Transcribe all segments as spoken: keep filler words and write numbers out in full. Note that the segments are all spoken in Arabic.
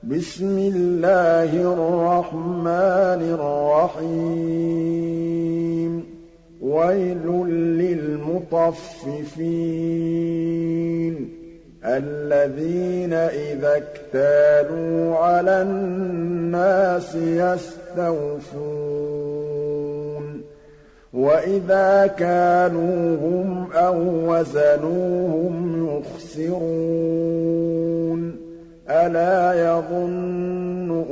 بسم الله الرحمن الرحيم ويل للمطففين الذين إذا اكتالوا على الناس يستوفون وإذا كالوهم أو وزنوهم يخسرون ألا يظن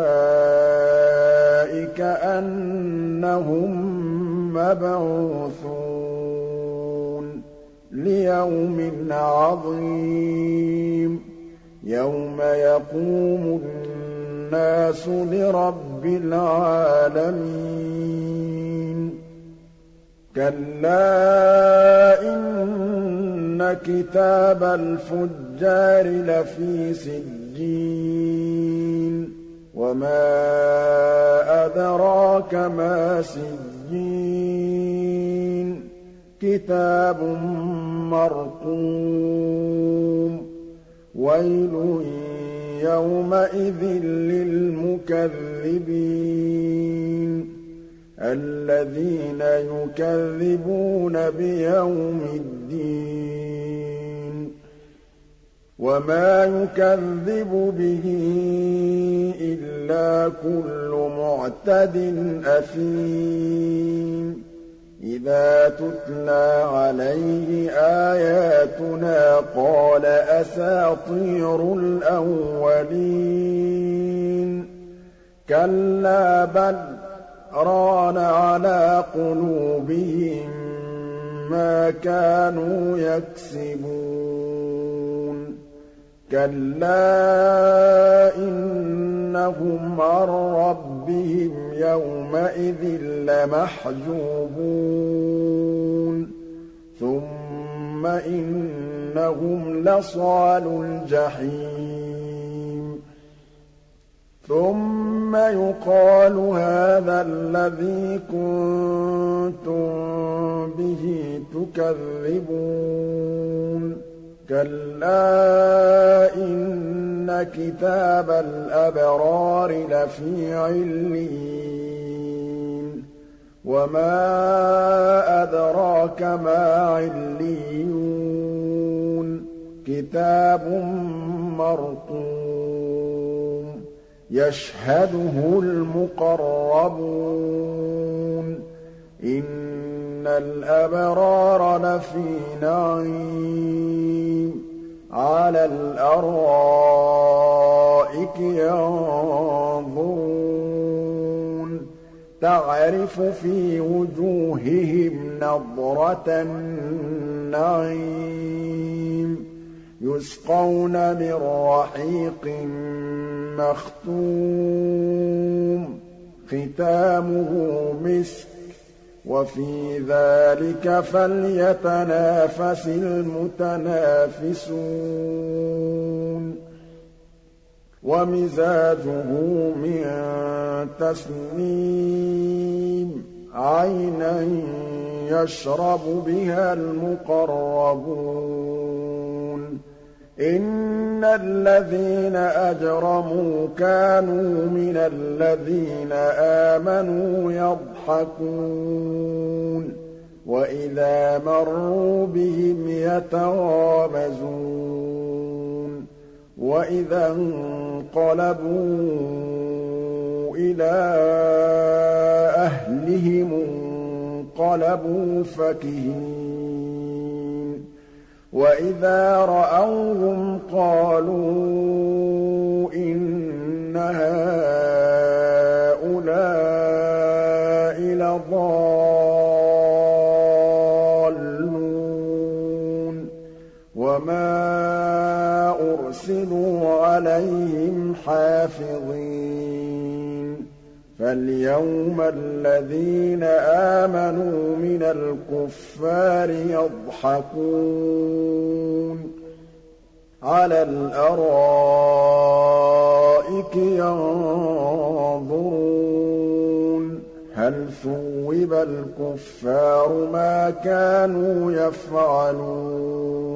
أولئك أنهم مبعوثون ليوم عظيم يوم يقوم الناس لرب العالمين كلا إن كتاب الفجار لفي سجين وما أدراك ما سجين كتاب مرقوم ويل يومئذ للمكذبين الذين يكذبون بيوم الدين وما يكذب به إلا كل معتد أثيم إذا تتلى عليه آياتنا قال أساطير الأولين كلا بل ران على قلوبهم ما كانوا يكسبون كلا إنهم عن ربهم يومئذ لمحجوبون ثم إنهم لصالو الجحيم ثم يقال هذا الذي كنتم به تكذبون كلا إن كتاب الأبرار لفي عليين وما أدراك ما عليون كتاب مرقوم يشهده المقربون إن الأبرار لفي نعيم على الأرائك ينظرون تعرف في وجوههم نضرة النعيم يسقون من رحيق مختوم ختامه مسك وفي ذلك فليتنافس المتنافسون ومزاجه من تسنيم عينا يشرب بها المقربون إن الذين أجرموا كانوا من الذين آمنوا يضحكون وإذا مروا بهم يتغامزون وإذا انقلبوا إلى أهلهم انقلبوا فكهين وإذا رأوهم قالوا إن هؤلاء لضالون وما أرسلوا عليهم حافظين فاليوم الذين آمنوا من الكفار يضحكون على الأرائك ينظرون هل ثوب الكفار ما كانوا يفعلون